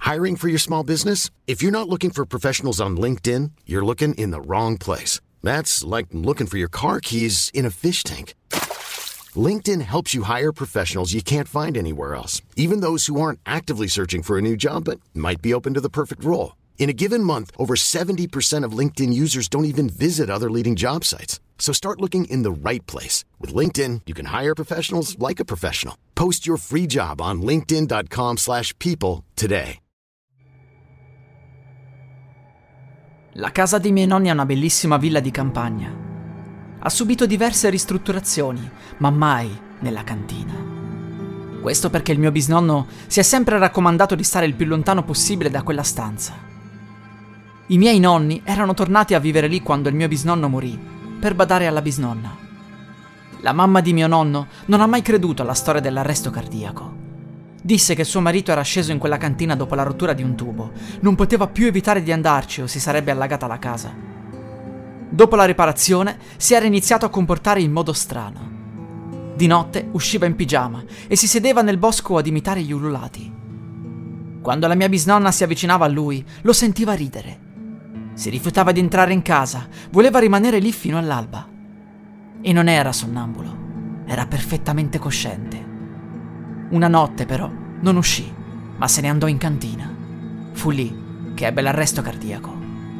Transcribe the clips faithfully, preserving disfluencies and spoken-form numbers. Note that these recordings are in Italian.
Hiring for your small business? If you're not looking for professionals on LinkedIn, you're looking in the wrong place. That's like looking for your car keys in a fish tank. LinkedIn helps you hire professionals you can't find anywhere else, even those who aren't actively searching for a new job but might be open to the perfect role. In a given month, over seventy percent of LinkedIn users don't even visit other leading job sites. So start looking in the right place. With LinkedIn, you can hire professionals like a professional. Post your free job on linkedin.com slash people today. La casa dei miei nonni è una bellissima villa di campagna. Ha subito diverse ristrutturazioni, ma mai nella cantina. Questo perché il mio bisnonno si è sempre raccomandato di stare il più lontano possibile da quella stanza. I miei nonni erano tornati a vivere lì quando il mio bisnonno morì, per badare alla bisnonna. La mamma di mio nonno non ha mai creduto alla storia dell'arresto cardiaco. Disse che suo marito era sceso in quella cantina dopo la rottura di un tubo, non poteva più evitare di andarci o si sarebbe allagata la casa. Dopo la riparazione si era iniziato a comportare in modo strano. Di notte usciva in pigiama e si sedeva nel bosco ad imitare gli ululati. Quando la mia bisnonna si avvicinava a lui, lo sentiva ridere. Si rifiutava di entrare in casa, voleva rimanere lì fino all'alba. E non era sonnambulo, era perfettamente cosciente. Una notte però non uscì, ma se ne andò in cantina. Fu lì che ebbe l'arresto cardiaco.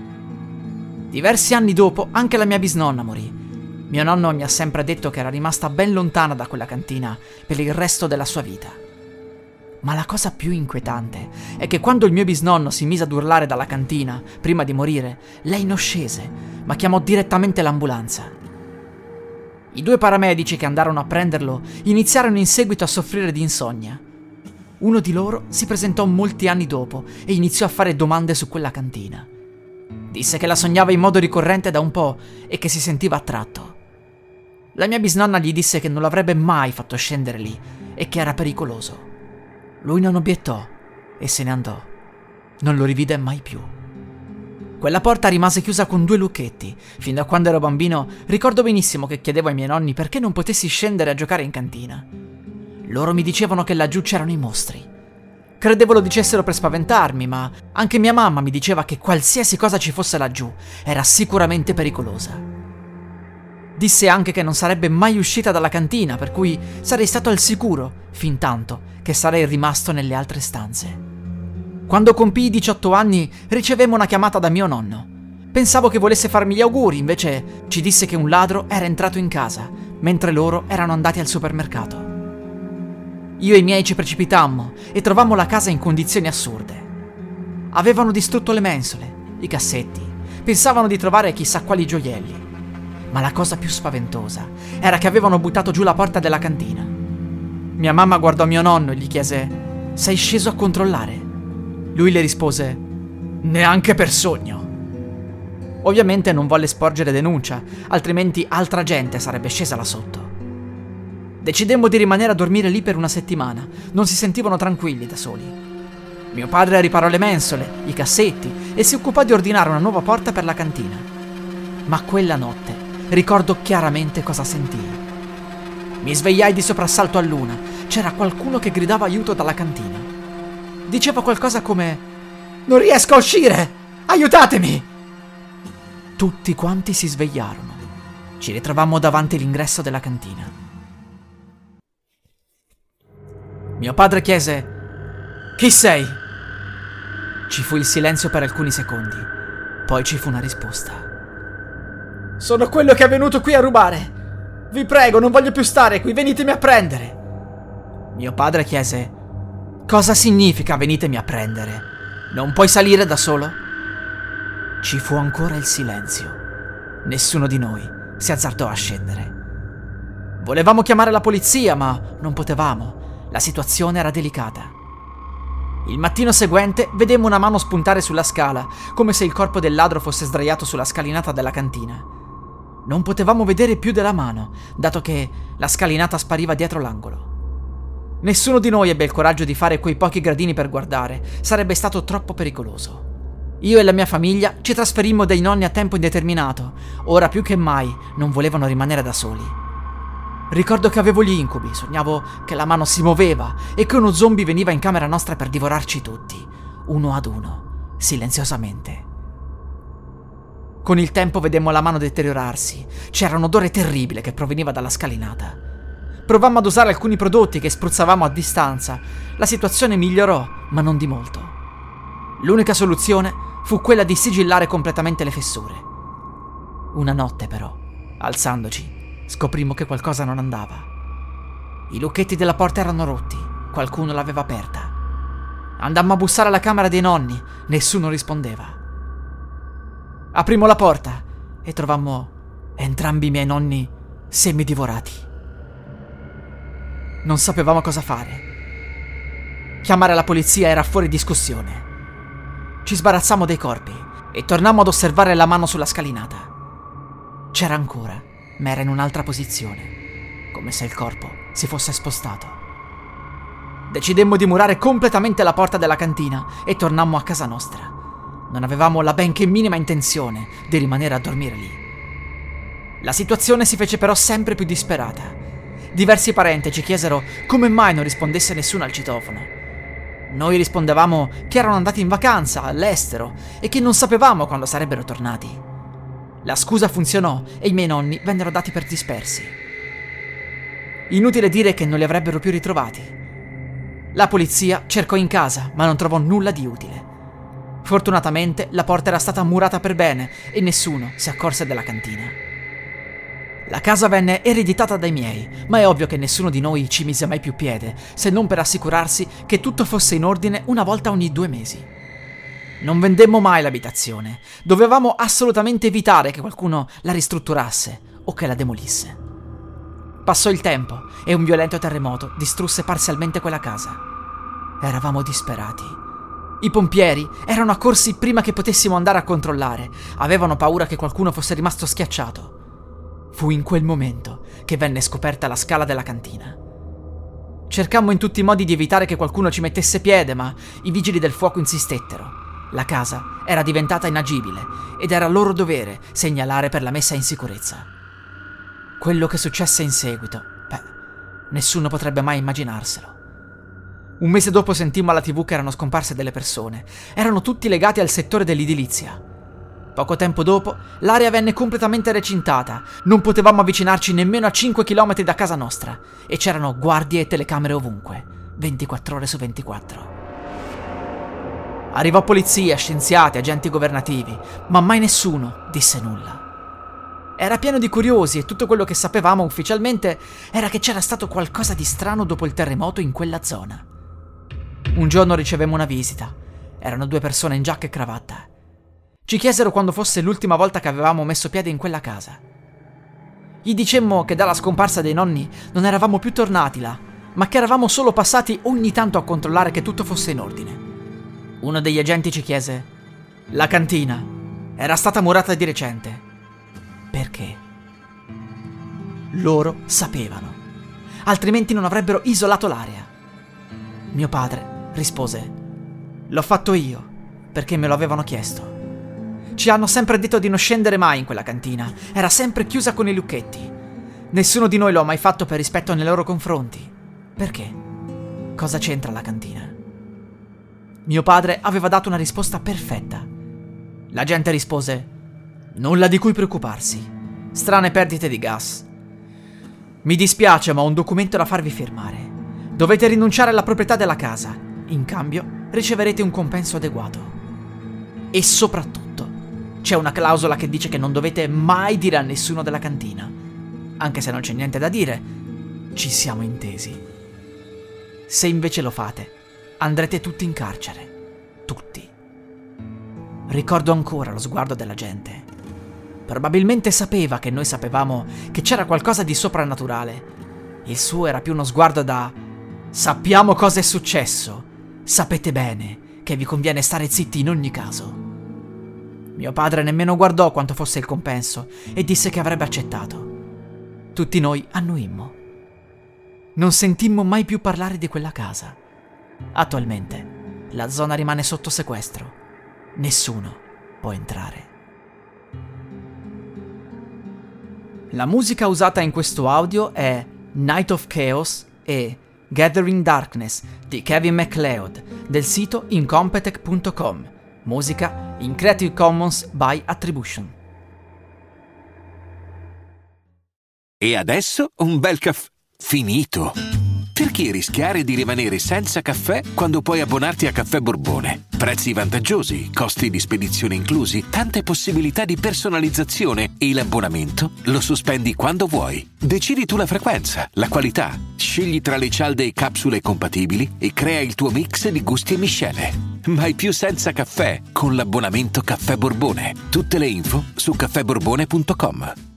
Diversi anni dopo anche la mia bisnonna morì. Mio nonno mi ha sempre detto che era rimasta ben lontana da quella cantina per il resto della sua vita. Ma la cosa più inquietante è che quando il mio bisnonno si mise ad urlare dalla cantina, prima di morire, lei non scese, ma chiamò direttamente l'ambulanza. I due paramedici che andarono a prenderlo iniziarono in seguito a soffrire di insonnia. Uno di loro si presentò molti anni dopo e iniziò a fare domande su quella cantina. Disse che la sognava in modo ricorrente da un po' e che si sentiva attratto. La mia bisnonna gli disse che non l'avrebbe mai fatto scendere lì e che era pericoloso. Lui non obiettò e se ne andò. Non lo rivide mai più. Quella porta rimase chiusa con due lucchetti. Fin da quando ero bambino ricordo benissimo che chiedevo ai miei nonni perché non potessi scendere a giocare in cantina. Loro mi dicevano che laggiù c'erano i mostri. Credevo lo dicessero per spaventarmi, ma anche mia mamma mi diceva che qualsiasi cosa ci fosse laggiù era sicuramente pericolosa. Disse anche che non sarebbe mai uscita dalla cantina, per cui sarei stato al sicuro, fin tanto che sarei rimasto nelle altre stanze. Quando compii diciotto anni ricevemmo una chiamata da mio nonno. Pensavo che volesse farmi gli auguri, invece ci disse che un ladro era entrato in casa, mentre loro erano andati al supermercato. Io e i miei ci precipitammo e trovammo la casa in condizioni assurde. Avevano distrutto le mensole, i cassetti, pensavano di trovare chissà quali gioielli. Ma la cosa più spaventosa era che avevano buttato giù la porta della cantina. Mia mamma guardò mio nonno e gli chiese: «Sei sceso a controllare?» Lui le rispose: «Neanche per sogno». Ovviamente non volle sporgere denuncia, altrimenti altra gente sarebbe scesa là sotto. Decidemmo di rimanere a dormire lì per una settimana, non si sentivano tranquilli da soli. Mio padre riparò le mensole, i cassetti e si occupò di ordinare una nuova porta per la cantina. Ma quella notte ricordo chiaramente cosa sentii. Mi svegliai di soprassalto a luna, c'era qualcuno che gridava aiuto dalla cantina. Diceva qualcosa come: «Non riesco a uscire! Aiutatemi!» Tutti quanti si svegliarono. Ci ritrovammo davanti all'ingresso della cantina. Mio padre chiese: «Chi sei?» Ci fu il silenzio per alcuni secondi, poi ci fu una risposta. «Sono quello che è venuto qui a rubare! Vi prego, non voglio più stare qui, venitemi a prendere!» Mio padre chiese: «Cosa significa venitemi a prendere? Non puoi salire da solo?» Ci fu ancora il silenzio. Nessuno di noi si azzardò a scendere. Volevamo chiamare la polizia, ma non potevamo. La situazione era delicata. Il mattino seguente vedemmo una mano spuntare sulla scala, come se il corpo del ladro fosse sdraiato sulla scalinata della cantina. Non potevamo vedere più della mano, dato che la scalinata spariva dietro l'angolo. Nessuno di noi ebbe il coraggio di fare quei pochi gradini per guardare, sarebbe stato troppo pericoloso. Io e la mia famiglia ci trasferimmo dai nonni a tempo indeterminato, ora più che mai non volevano rimanere da soli. Ricordo che avevo gli incubi, sognavo che la mano si muoveva e che uno zombie veniva in camera nostra per divorarci tutti. uno ad uno, silenziosamente. Con il tempo vedemmo la mano deteriorarsi. C'era un odore terribile che proveniva dalla scalinata. Provammo ad usare alcuni prodotti che spruzzavamo a distanza. La situazione migliorò, ma non di molto. L'unica soluzione fu quella di sigillare completamente le fessure. Una notte, però, alzandoci, scoprimmo che qualcosa non andava. I lucchetti della porta erano rotti, qualcuno l'aveva aperta. Andammo a bussare alla camera dei nonni, nessuno rispondeva. Aprimmo la porta e trovammo entrambi i miei nonni semidivorati. Non sapevamo cosa fare. Chiamare la polizia era fuori discussione. Ci sbarazzammo dei corpi e tornammo ad osservare la mano sulla scalinata. C'era ancora, ma era in un'altra posizione, come se il corpo si fosse spostato. Decidemmo di murare completamente la porta della cantina e tornammo a casa nostra. Non avevamo la benché minima intenzione di rimanere a dormire lì. La situazione si fece però sempre più disperata. Diversi parenti ci chiesero come mai non rispondesse nessuno al citofono. Noi rispondevamo che erano andati in vacanza all'estero e che non sapevamo quando sarebbero tornati. La scusa funzionò e i miei nonni vennero dati per dispersi. Inutile dire che non li avrebbero più ritrovati. La polizia cercò in casa, ma non trovò nulla di utile. Fortunatamente la porta era stata murata per bene e nessuno si accorse della cantina. La casa venne ereditata dai miei, ma è ovvio che nessuno di noi ci mise mai più piede, se non per assicurarsi che tutto fosse in ordine una volta ogni due mesi. Non vendemmo mai l'abitazione. Dovevamo assolutamente evitare che qualcuno la ristrutturasse o che la demolisse. Passò il tempo e un violento terremoto distrusse parzialmente quella casa. Eravamo disperati. I pompieri erano accorsi prima che potessimo andare a controllare. Avevano paura che qualcuno fosse rimasto schiacciato. Fu in quel momento che venne scoperta la scala della cantina. Cercammo in tutti i modi di evitare che qualcuno ci mettesse piede, ma i vigili del fuoco insistettero. La casa era diventata inagibile ed era loro dovere segnalare per la messa in sicurezza. Quello che successe in seguito, beh, nessuno potrebbe mai immaginarselo. Un mese dopo sentimmo alla tivù che erano scomparse delle persone. Erano tutti legati al settore dell'edilizia. Poco tempo dopo, l'area venne completamente recintata. Non potevamo avvicinarci nemmeno a cinque chilometri da casa nostra e c'erano guardie e telecamere ovunque, ventiquattro ore su ventiquattro. Arrivò polizia, scienziati, agenti governativi, ma mai nessuno disse nulla. Era pieno di curiosi e tutto quello che sapevamo ufficialmente era che c'era stato qualcosa di strano dopo il terremoto in quella zona. Un giorno ricevemmo una visita. Erano due persone in giacca e cravatta. Ci chiesero quando fosse l'ultima volta che avevamo messo piede in quella casa. Gli dicemmo che dalla scomparsa dei nonni non eravamo più tornati là, ma che eravamo solo passati ogni tanto a controllare che tutto fosse in ordine. Uno degli agenti ci chiese: la cantina era stata murata di recente. Perché? Loro sapevano, altrimenti non avrebbero isolato l'area. Mio padre rispose: l'ho fatto io, perché me lo avevano chiesto. Ci hanno sempre detto di non scendere mai in quella cantina, era sempre chiusa con i lucchetti. Nessuno di noi lo ha mai fatto per rispetto nei loro confronti. Perché? Cosa c'entra la cantina? Mio padre aveva dato una risposta perfetta. L'agente rispose: nulla di cui preoccuparsi, strane perdite di gas. Mi dispiace, ma ho un documento da farvi firmare. Dovete rinunciare alla proprietà della casa. In cambio riceverete un compenso adeguato. E soprattutto c'è una clausola che dice che non dovete mai dire a nessuno della cantina. Anche se non c'è niente da dire, ci siamo intesi. Se invece lo fate, andrete tutti in carcere. Tutti. Ricordo ancora lo sguardo della gente. Probabilmente sapeva che noi sapevamo che c'era qualcosa di soprannaturale. Il suo era più uno sguardo da: sappiamo cosa è successo. Sapete bene che vi conviene stare zitti in ogni caso. Mio padre nemmeno guardò quanto fosse il compenso e disse che avrebbe accettato. Tutti noi annuimmo. Non sentimmo mai più parlare di quella casa. Attualmente la zona rimane sotto sequestro. Nessuno può entrare. La musica usata in questo audio è Night of Chaos e Gathering Darkness di Kevin MacLeod, del sito incompetech punto com. Musica in Creative Commons by Attribution. E adesso un bel caffè finito. Perché rischiare di rimanere senza caffè quando puoi abbonarti a Caffè Borbone? Prezzi vantaggiosi, costi di spedizione inclusi, tante possibilità di personalizzazione e l'abbonamento lo sospendi quando vuoi. Decidi tu la frequenza, la qualità, scegli tra le cialde e capsule compatibili e crea il tuo mix di gusti e miscele. Mai più senza caffè con l'abbonamento Caffè Borbone. Tutte le info su caffè borbone punto com.